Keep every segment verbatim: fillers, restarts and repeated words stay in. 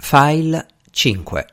File cinque.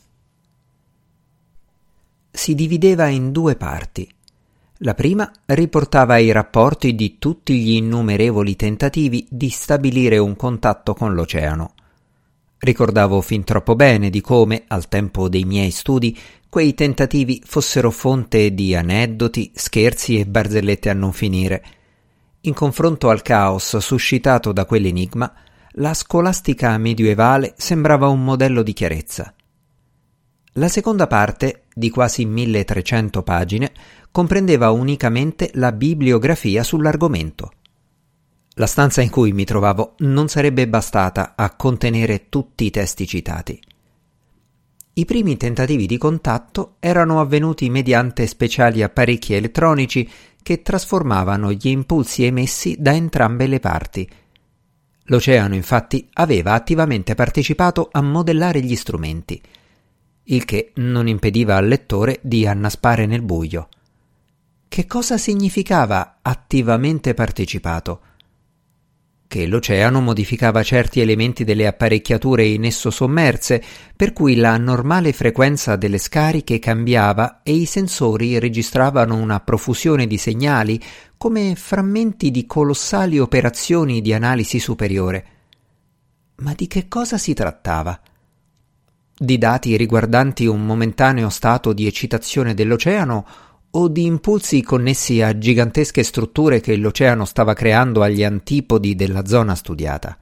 Si divideva in due parti. La prima riportava i rapporti di tutti gli innumerevoli tentativi di stabilire un contatto con l'oceano. Ricordavo fin troppo bene di come, al tempo dei miei studi, quei tentativi fossero fonte di aneddoti, scherzi e barzellette a non finire. In confronto al caos suscitato da quell'enigma, la scolastica medievale sembrava un modello di chiarezza. La seconda parte, di quasi milletrecento pagine, comprendeva unicamente la bibliografia sull'argomento. La stanza in cui mi trovavo non sarebbe bastata a contenere tutti i testi citati. I primi tentativi di contatto erano avvenuti mediante speciali apparecchi elettronici che trasformavano gli impulsi emessi da entrambe le parti. L'oceano, infatti, aveva attivamente partecipato a modellare gli strumenti, il che non impediva al lettore di annaspare nel buio. Che cosa significava attivamente partecipato? Che l'oceano modificava certi elementi delle apparecchiature in esso sommerse, per cui la normale frequenza delle scariche cambiava e i sensori registravano una profusione di segnali come frammenti di colossali operazioni di analisi superiore. Ma di che cosa si trattava? Di dati riguardanti un momentaneo stato di eccitazione dell'oceano o di impulsi connessi a gigantesche strutture che l'oceano stava creando agli antipodi della zona studiata?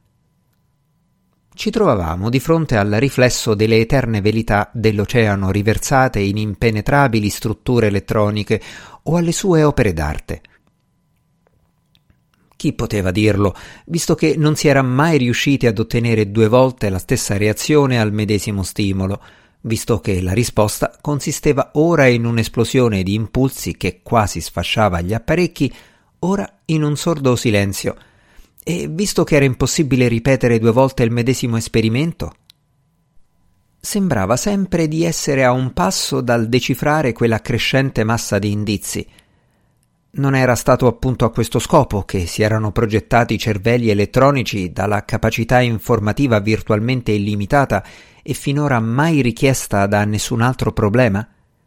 Ci trovavamo di fronte al riflesso delle eterne verità dell'oceano riversate in impenetrabili strutture elettroniche o alle sue opere d'arte. Chi poteva dirlo, visto che non si era mai riusciti ad ottenere due volte la stessa reazione al medesimo stimolo, visto che la risposta consisteva ora in un'esplosione di impulsi che quasi sfasciava gli apparecchi, ora in un sordo silenzio, e visto che era impossibile ripetere due volte il medesimo esperimento? Sembrava sempre di essere a un passo dal decifrare quella crescente massa di indizi. Non era stato appunto a questo scopo che si erano progettati cervelli elettronici dalla capacità informativa virtualmente illimitata e finora mai richiesta da nessun altro problema?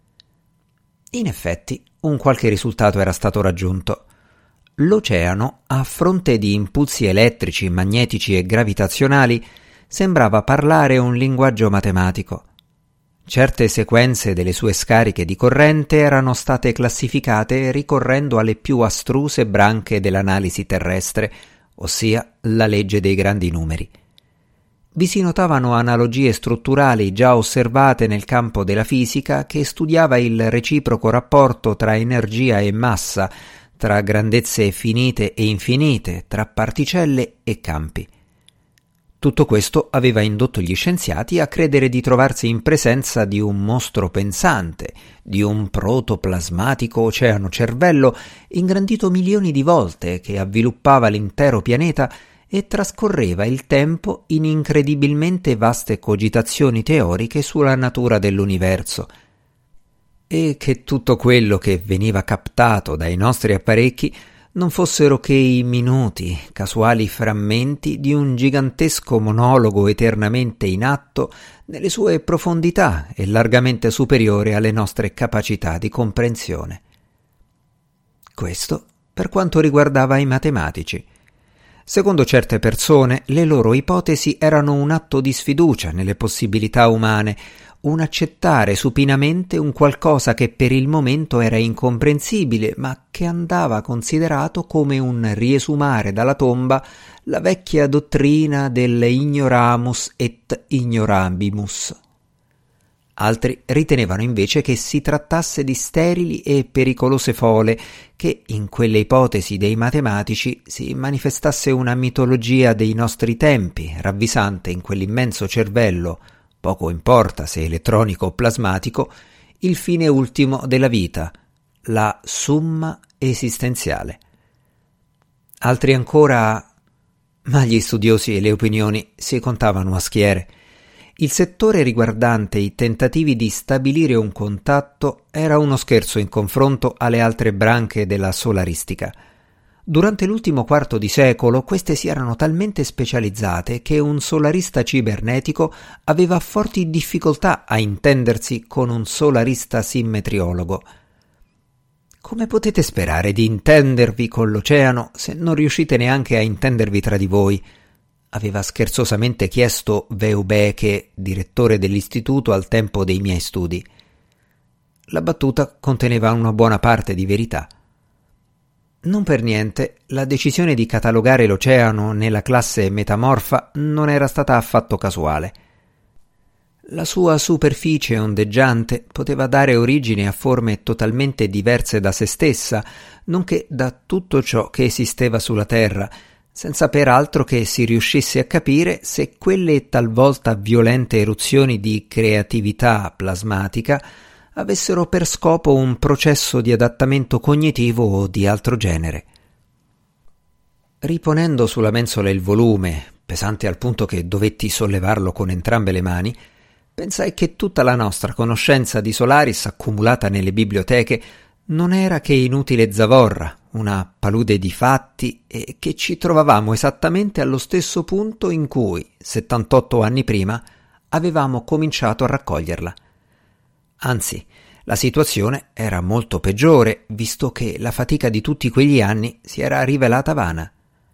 In effetti, un qualche risultato era stato raggiunto. L'oceano, a fronte di impulsi elettrici, magnetici e gravitazionali, sembrava parlare un linguaggio matematico. Certe sequenze delle sue scariche di corrente erano state classificate ricorrendo alle più astruse branche dell'analisi terrestre, ossia la legge dei grandi numeri. Vi si notavano analogie strutturali già osservate nel campo della fisica che studiava il reciproco rapporto tra energia e massa, tra grandezze finite e infinite, tra particelle e campi. Tutto questo aveva indotto gli scienziati a credere di trovarsi in presenza di un mostro pensante, di un protoplasmatico oceano cervello ingrandito milioni di volte che avviluppava l'intero pianeta e trascorreva il tempo in incredibilmente vaste cogitazioni teoriche sulla natura dell'universo, e che tutto quello che veniva captato dai nostri apparecchi non fossero che i minuti, casuali frammenti di un gigantesco monologo eternamente in atto nelle sue profondità e largamente superiore alle nostre capacità di comprensione. Questo per quanto riguardava i matematici. Secondo certe persone, le loro ipotesi erano un atto di sfiducia nelle possibilità umane, un accettare supinamente un qualcosa che per il momento era incomprensibile, ma che andava considerato come un riesumare dalla tomba la vecchia dottrina del ignoramus et ignorabimus. Altri ritenevano invece che si trattasse di sterili e pericolose fole, che in quelle ipotesi dei matematici si manifestasse una mitologia dei nostri tempi, ravvisante in quell'immenso cervello, poco importa se elettronico o plasmatico, il fine ultimo della vita, la summa esistenziale. Altri ancora... ma gli studiosi e le opinioni si contavano a schiere. Il settore riguardante i tentativi di stabilire un contatto era uno scherzo in confronto alle altre branche della solaristica. Durante l'ultimo quarto di secolo queste si erano talmente specializzate che un solarista cibernetico aveva forti difficoltà a intendersi con un solarista simmetriologo. Come potete sperare di intendervi con l'oceano se non riuscite neanche a intendervi tra di voi? Aveva scherzosamente chiesto Veubeke, direttore dell'istituto al tempo dei miei studi. La battuta conteneva una buona parte di verità. Non per niente, la decisione di catalogare l'oceano nella classe metamorfa non era stata affatto casuale. La sua superficie ondeggiante poteva dare origine a forme totalmente diverse da se stessa, nonché da tutto ciò che esisteva sulla Terra, senza peraltro che si riuscisse a capire se quelle talvolta violente eruzioni di creatività plasmatica avessero per scopo un processo di adattamento cognitivo o di altro genere. Riponendo sulla mensola il volume, pesante al punto che dovetti sollevarlo con entrambe le mani, pensai che tutta la nostra conoscenza di Solaris accumulata nelle biblioteche non era che inutile zavorra, una palude di fatti, e che ci trovavamo esattamente allo stesso punto in cui, settantotto anni prima, avevamo cominciato a raccoglierla. Anzi, la situazione era molto peggiore, visto che la fatica di tutti quegli anni si era rivelata vana.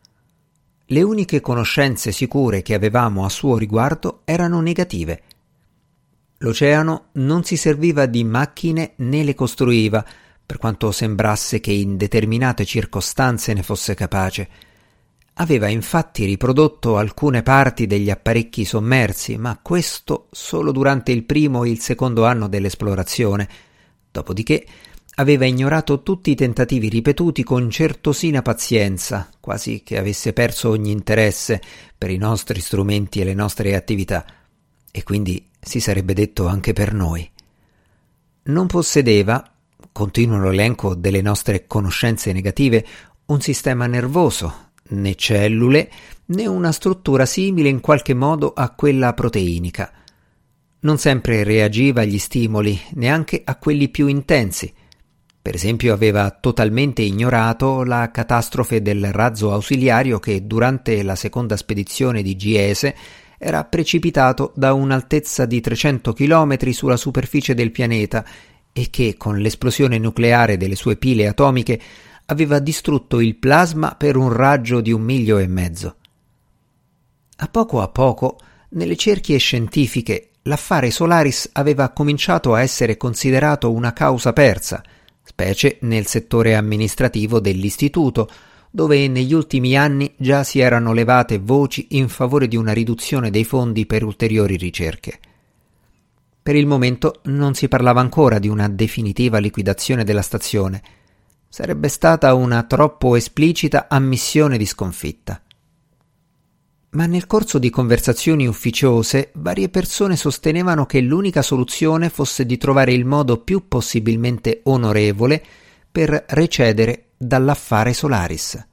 Le uniche conoscenze sicure che avevamo a suo riguardo erano negative. L'oceano non si serviva di macchine né le costruiva, per quanto sembrasse che in determinate circostanze ne fosse capace. Aveva infatti riprodotto alcune parti degli apparecchi sommersi, ma questo solo durante il primo e il secondo anno dell'esplorazione. Dopodiché aveva ignorato tutti i tentativi ripetuti con certosina pazienza, quasi che avesse perso ogni interesse per i nostri strumenti e le nostre attività, e quindi si sarebbe detto anche per noi. Non possedeva, continuo l'elenco delle nostre conoscenze negative, un sistema nervoso, né cellule, né una struttura simile in qualche modo a quella proteinica. Non sempre reagiva agli stimoli, neanche a quelli più intensi. Per esempio aveva totalmente ignorato la catastrofe del razzo ausiliario che durante la seconda spedizione di Giese era precipitato da un'altezza di trecento chilometri sulla superficie del pianeta e che con l'esplosione nucleare delle sue pile atomiche aveva distrutto il plasma per un raggio di un miglio e mezzo. A poco a poco, nelle cerchie scientifiche, l'affare Solaris aveva cominciato a essere considerato una causa persa, specie nel settore amministrativo dell'istituto, dove negli ultimi anni già si erano levate voci in favore di una riduzione dei fondi per ulteriori ricerche. Per il momento non si parlava ancora di una definitiva liquidazione della stazione. Sarebbe stata una troppo esplicita ammissione di sconfitta. Ma nel corso di conversazioni ufficiose varie persone sostenevano che l'unica soluzione fosse di trovare il modo più possibilmente onorevole per recedere dall'affare Solaris.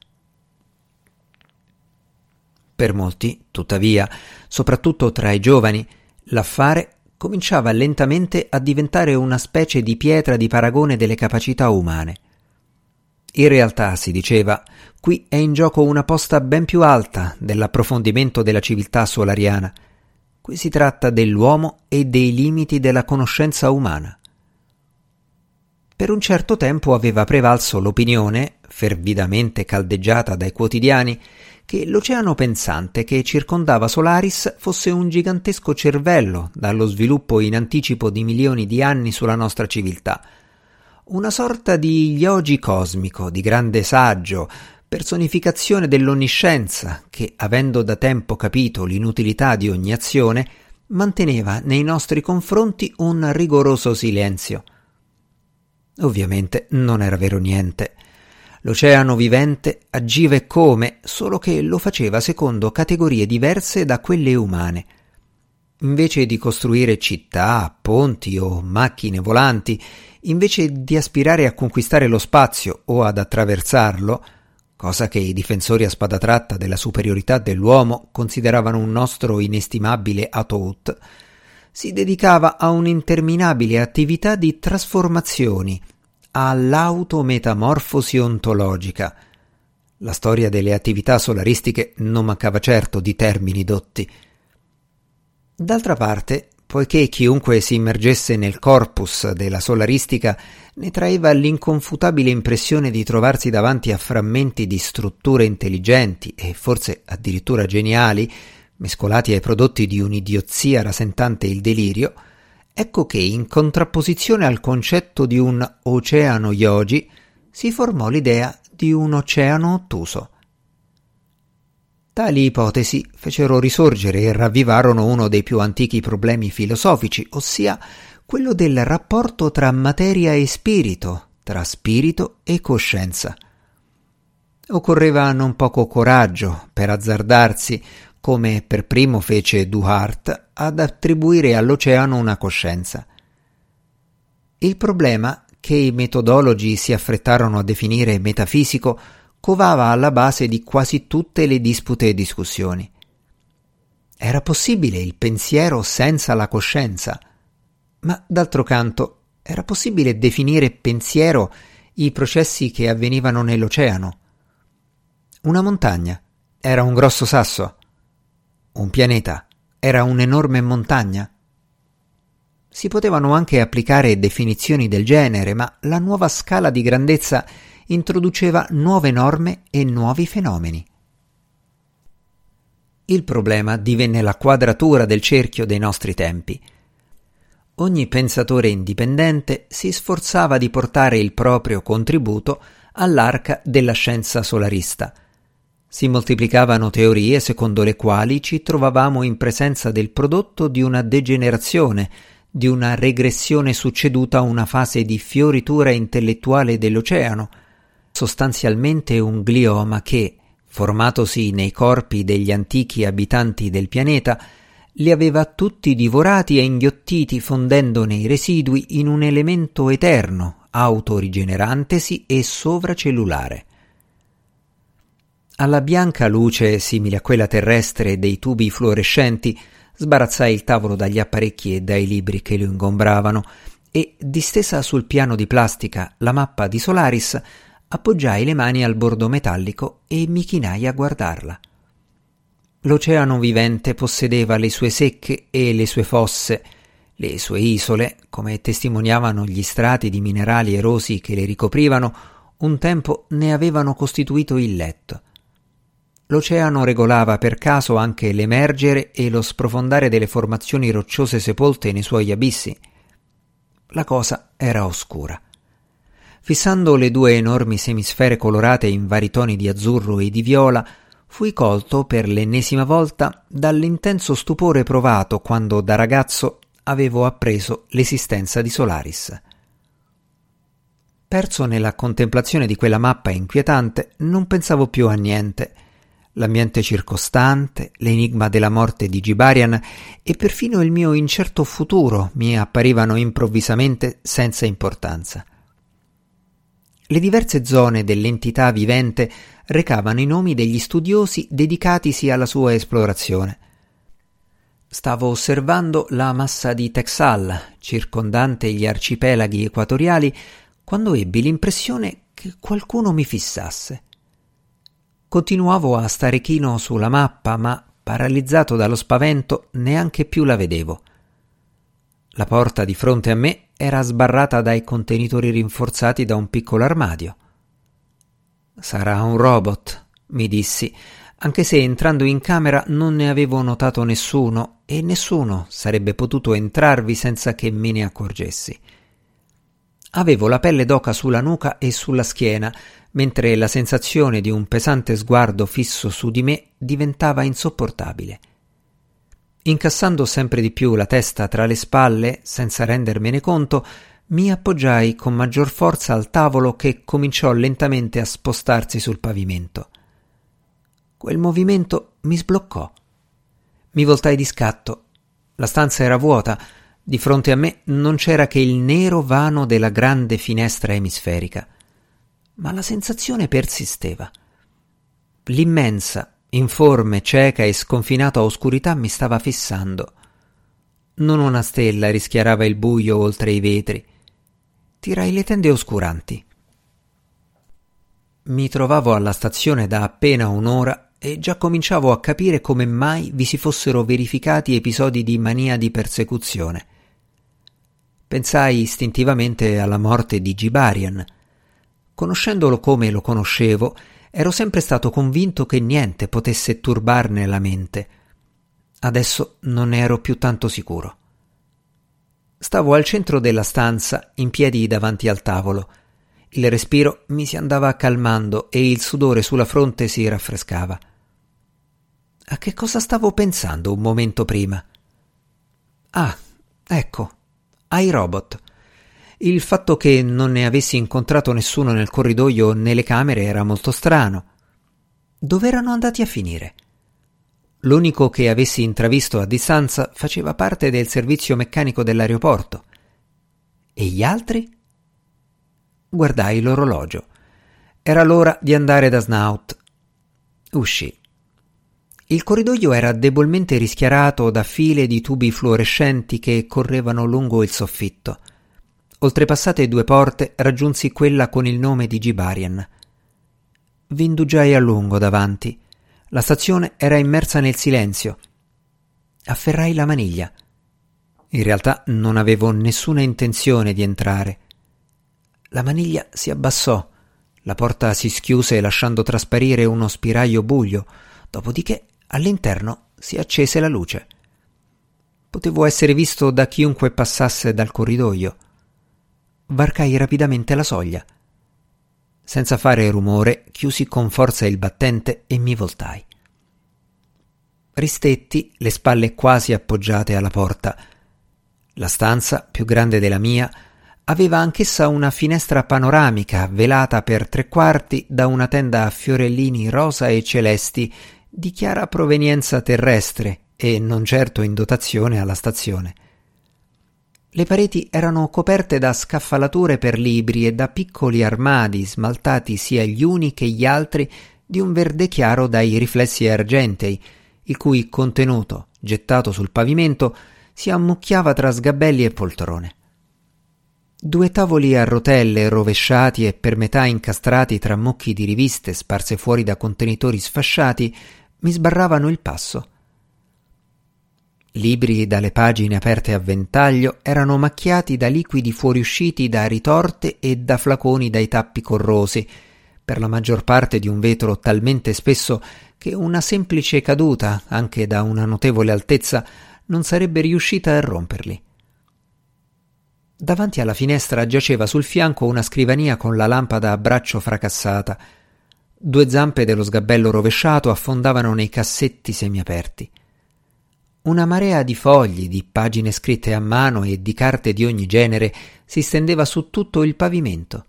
Per molti, tuttavia, soprattutto tra i giovani, l'affare cominciava lentamente a diventare una specie di pietra di paragone delle capacità umane. In realtà, si diceva, qui è in gioco una posta ben più alta dell'approfondimento della civiltà solariana. Qui si tratta dell'uomo e dei limiti della conoscenza umana. Per un certo tempo aveva prevalso l'opinione, fervidamente caldeggiata dai quotidiani, che l'oceano pensante che circondava Solaris fosse un gigantesco cervello dallo sviluppo in anticipo di milioni di anni sulla nostra civiltà. Una sorta di yogi cosmico, di grande saggio, personificazione dell'onniscienza che, avendo da tempo capito l'inutilità di ogni azione, manteneva nei nostri confronti un rigoroso silenzio. Ovviamente non era vero niente. L'oceano vivente agiva e come, solo che lo faceva secondo categorie diverse da quelle umane. Invece di costruire città, ponti o macchine volanti, invece di aspirare a conquistare lo spazio o ad attraversarlo, cosa che i difensori a spada tratta della superiorità dell'uomo consideravano un nostro inestimabile atout, si dedicava a un'interminabile attività di trasformazioni, all'autometamorfosi ontologica. La storia delle attività solaristiche non mancava certo di termini dotti. D'altra parte, poiché chiunque si immergesse nel corpus della solaristica ne traeva l'inconfutabile impressione di trovarsi davanti a frammenti di strutture intelligenti e forse addirittura geniali, mescolati ai prodotti di un'idiozia rasentante il delirio, ecco che in contrapposizione al concetto di un oceano yogi si formò l'idea di un oceano ottuso. Tali ipotesi fecero risorgere e ravvivarono uno dei più antichi problemi filosofici, ossia quello del rapporto tra materia e spirito, tra spirito e coscienza. Occorreva non poco coraggio per azzardarsi, come per primo fece Duhart, ad attribuire all'oceano una coscienza. Il problema, che i metodologi si affrettarono a definire metafisico, covava alla base di quasi tutte le dispute e discussioni. Era possibile il pensiero senza la coscienza? Ma d'altro canto, era possibile definire pensiero i processi che avvenivano nell'oceano? Una montagna era un grosso sasso? Un pianeta era un'enorme montagna? Si potevano anche applicare definizioni del genere, ma la nuova scala di grandezza introduceva nuove norme e nuovi fenomeni. Il problema divenne la quadratura del cerchio dei nostri tempi. Ogni pensatore indipendente si sforzava di portare il proprio contributo all'arca della scienza solarista. Si moltiplicavano teorie secondo le quali ci trovavamo in presenza del prodotto di una degenerazione, di una regressione succeduta a una fase di fioritura intellettuale dell'oceano, sostanzialmente un glioma che, formatosi nei corpi degli antichi abitanti del pianeta, li aveva tutti divorati e inghiottiti, fondendo nei residui in un elemento eterno, autorigenerantesi e sovracellulare. Alla bianca luce, simile a quella terrestre dei tubi fluorescenti, sbarazzai il tavolo dagli apparecchi e dai libri che lo ingombravano e, distesa sul piano di plastica la mappa di Solaris, appoggiai le mani al bordo metallico e mi chinai a guardarla. L'oceano vivente possedeva le sue secche e le sue fosse, le sue isole, come testimoniavano gli strati di minerali erosi che le ricoprivano, un tempo ne avevano costituito il letto. L'oceano regolava per caso anche l'emergere e lo sprofondare delle formazioni rocciose sepolte nei suoi abissi. La cosa era oscura. Fissando le due enormi semisfere colorate in vari toni di azzurro e di viola, fui colto per l'ennesima volta dall'intenso stupore provato quando da ragazzo avevo appreso l'esistenza di Solaris. Perso nella contemplazione di quella mappa inquietante, non pensavo più a niente. L'ambiente circostante, l'enigma della morte di Gibarian e perfino il mio incerto futuro mi apparivano improvvisamente senza importanza. Le diverse zone dell'entità vivente recavano i nomi degli studiosi dedicatisi alla sua esplorazione. Stavo osservando la massa di Texal, circondante gli arcipelaghi equatoriali, quando ebbi l'impressione che qualcuno mi fissasse. Continuavo a stare chino sulla mappa, ma, paralizzato dallo spavento, neanche più la vedevo. La porta di fronte a me era sbarrata dai contenitori rinforzati da un piccolo armadio. «Sarà un robot», mi dissi, anche se entrando in camera non ne avevo notato nessuno e nessuno sarebbe potuto entrarvi senza che me ne accorgessi. Avevo la pelle d'oca sulla nuca e sulla schiena, mentre la sensazione di un pesante sguardo fisso su di me diventava insopportabile. Incassando sempre di più la testa tra le spalle, senza rendermene conto, mi appoggiai con maggior forza al tavolo che cominciò lentamente a spostarsi sul pavimento. Quel movimento mi sbloccò. Mi voltai di scatto. La stanza era vuota. Di fronte a me non c'era che il nero vano della grande finestra emisferica. Ma la sensazione persisteva. L'immensa, informe, cieca e sconfinata oscurità mi stava fissando. Non una stella rischiarava il buio oltre i vetri. Tirai le tende oscuranti. mi trovavo alla stazione da appena un'ora e già cominciavo a capire come mai vi si fossero verificati episodi di mania di persecuzione. Pensai istintivamente alla morte di Gibarian. Conoscendolo come lo conoscevo, ero sempre stato convinto che niente potesse turbarne la mente. Adesso non ne ero più tanto sicuro. Stavo al centro della stanza, in piedi davanti al tavolo. Il respiro mi si andava calmando e il sudore sulla fronte si raffrescava. A che cosa stavo pensando un momento prima? Ah, ecco, ai robot. Il fatto che non ne avessi incontrato nessuno nel corridoio o nelle camere era molto strano. Dove erano andati a finire? L'unico che avessi intravisto a distanza faceva parte del servizio meccanico dell'aeroporto. E gli altri? Guardai l'orologio. Era l'ora di andare da Snout. Uscì. Il corridoio era debolmente rischiarato da file di tubi fluorescenti che correvano lungo il soffitto. Oltrepassate due porte, raggiunsi quella con il nome di Gibarian. V'indugiai a lungo davanti. La stazione era immersa nel silenzio. Afferrai la maniglia. In realtà non avevo nessuna intenzione di entrare. La maniglia si abbassò, la porta si schiuse lasciando trasparire uno spiraglio buio, dopodiché all'interno si accese la luce. Potevo essere visto da chiunque passasse dal corridoio. Varcai rapidamente la soglia. Senza fare rumore, chiusi con forza il battente e mi voltai. Ristetti, le spalle quasi appoggiate alla porta. La stanza, più grande della mia, aveva anch'essa una finestra panoramica velata per tre quarti da una tenda a fiorellini rosa e celesti di chiara provenienza terrestre e non certo in dotazione alla stazione. Le pareti erano coperte da scaffalature per libri e da piccoli armadi smaltati sia gli uni che gli altri di un verde chiaro dai riflessi argentei, il cui contenuto, gettato sul pavimento, si ammucchiava tra sgabelli e poltrone. Due tavoli a rotelle rovesciati e per metà incastrati tra mucchi di riviste sparse fuori da contenitori sfasciati mi sbarravano il passo. Libri dalle pagine aperte a ventaglio erano macchiati da liquidi fuoriusciti da ritorte e da flaconi dai tappi corrosi, per la maggior parte di un vetro talmente spesso che una semplice caduta, anche da una notevole altezza, non sarebbe riuscita a romperli. Davanti alla finestra giaceva sul fianco una scrivania con la lampada a braccio fracassata. Due zampe dello sgabello rovesciato affondavano nei cassetti semiaperti. Una marea di fogli, di pagine scritte a mano e di carte di ogni genere si stendeva su tutto il pavimento.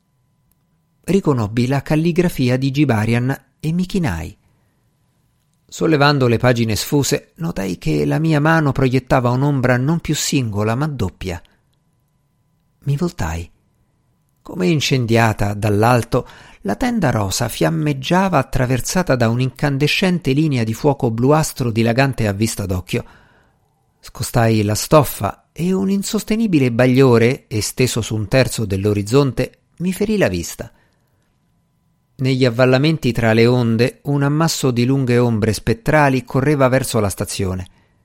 Riconobbi la calligrafia di Gibarian e mi chinai. Sollevando le pagine sfuse, notai che la mia mano proiettava un'ombra non più singola ma doppia. Mi voltai. Come incendiata dall'alto, la tenda rosa fiammeggiava attraversata da un'incandescente linea di fuoco bluastro dilagante a vista d'occhio. Scostai la stoffa e un insostenibile bagliore, esteso su un terzo dell'orizzonte, mi ferì la vista. Negli avvallamenti tra le onde un ammasso di lunghe ombre spettrali correva verso la stazione.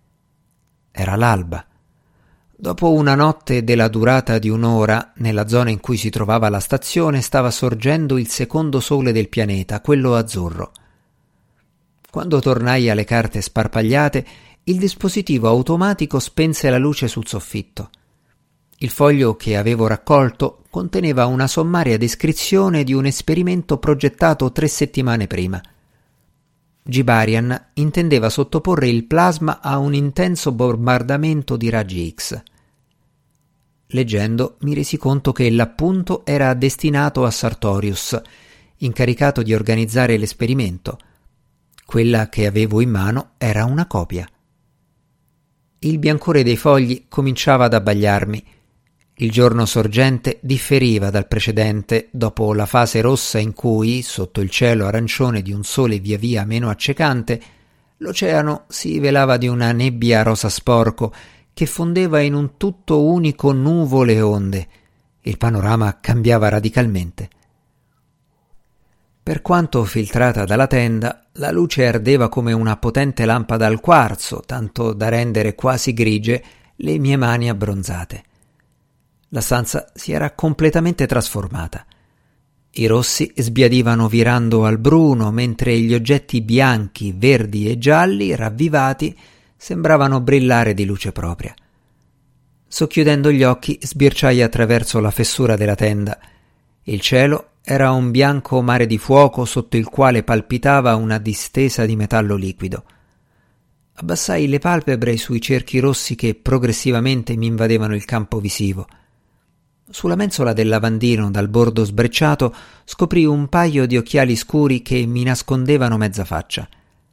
Era l'alba. Dopo una notte della durata di un'ora, nella zona in cui si trovava la stazione stava sorgendo il secondo sole del pianeta, quello azzurro. Quando tornai alle carte sparpagliate, il dispositivo automatico spense la luce sul soffitto. Il foglio che avevo raccolto conteneva una sommaria descrizione di un esperimento progettato tre settimane prima. Gibarian intendeva sottoporre il plasma a un intenso bombardamento di raggi X. Leggendo mi resi conto che l'appunto era destinato a Sartorius, incaricato di organizzare l'esperimento. Quella che avevo in mano era una copia. Il biancore dei fogli cominciava ad abbagliarmi. Il giorno sorgente differiva dal precedente dopo la fase rossa in cui, sotto il cielo arancione di un sole via via meno accecante, l'oceano si velava di una nebbia rosa sporco che fondeva in un tutto unico nuvole e onde. Il panorama cambiava radicalmente. Per quanto filtrata dalla tenda, la luce ardeva come una potente lampada al quarzo, tanto da rendere quasi grigie le mie mani abbronzate. La stanza si era completamente trasformata. I rossi sbiadivano virando al bruno, mentre gli oggetti bianchi, verdi e gialli, ravvivati, sembravano brillare di luce propria. Socchiudendo gli occhi, sbirciai attraverso la fessura della tenda. Il cielo era un bianco mare di fuoco sotto il quale palpitava una distesa di metallo liquido. Abbassai le palpebre sui cerchi rossi che progressivamente mi invadevano il campo visivo. Sulla mensola del lavandino dal bordo sbrecciato scoprì un paio di occhiali scuri che mi nascondevano mezza faccia.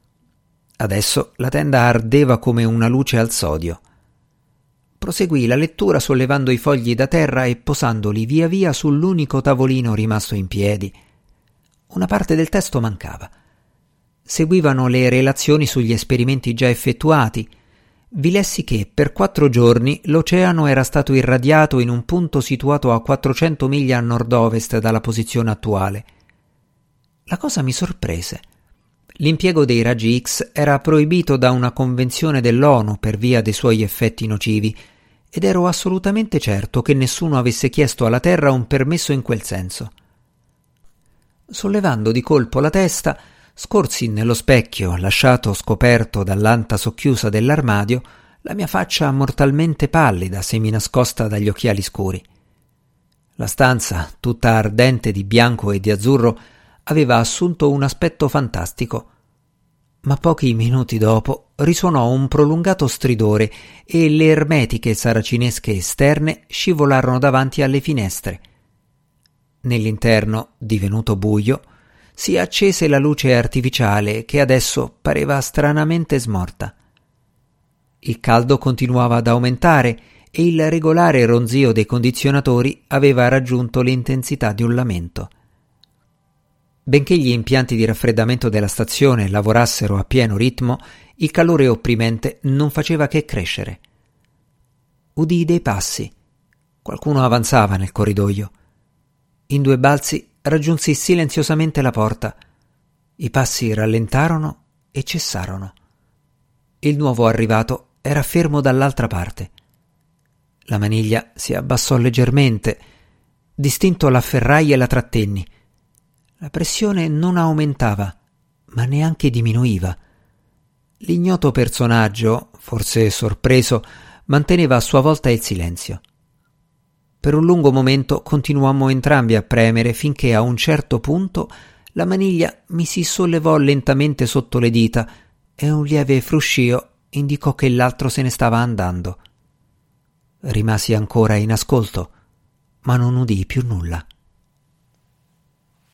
Adesso la tenda ardeva come una luce al sodio. Proseguì la lettura sollevando i fogli da terra e posandoli via via sull'unico tavolino rimasto in piedi. Una parte del testo mancava. Seguivano le relazioni sugli esperimenti già effettuati. Vi lessi che per quattro giorni l'oceano era stato irradiato in un punto situato a quattrocento miglia a nord-ovest dalla posizione attuale. La cosa mi sorprese. L'impiego dei raggi X era proibito da una convenzione dell'ONU per via dei suoi effetti nocivi, ed ero assolutamente certo che nessuno avesse chiesto alla Terra un permesso in quel senso. Sollevando di colpo la testa, scorsi nello specchio lasciato scoperto dall'anta socchiusa dell'armadio la mia faccia mortalmente pallida seminascosta dagli occhiali scuri. La stanza, tutta ardente di bianco e di azzurro, aveva assunto un aspetto fantastico. Ma pochi minuti dopo risuonò un prolungato stridore e le ermetiche saracinesche esterne scivolarono davanti alle finestre. Nell'interno, divenuto buio, si accese la luce artificiale che adesso pareva stranamente smorta. Il caldo continuava ad aumentare e il regolare ronzio dei condizionatori aveva raggiunto l'intensità di un lamento. Benché gli impianti di raffreddamento della stazione lavorassero a pieno ritmo, il calore opprimente non faceva che crescere. Udii dei passi. Qualcuno avanzava nel corridoio. In due balzi raggiunsi silenziosamente la porta. I passi rallentarono e cessarono. Il nuovo arrivato era fermo dall'altra parte. La maniglia si abbassò leggermente. Distinto l'afferrai e la trattenni. La pressione non aumentava, ma neanche diminuiva. L'ignoto personaggio, forse sorpreso, manteneva a sua volta il silenzio. Per un lungo momento continuammo entrambi a premere finché a un certo punto la maniglia mi si sollevò lentamente sotto le dita e un lieve fruscio indicò che l'altro se ne stava andando. Rimasi ancora in ascolto, ma non udii più nulla.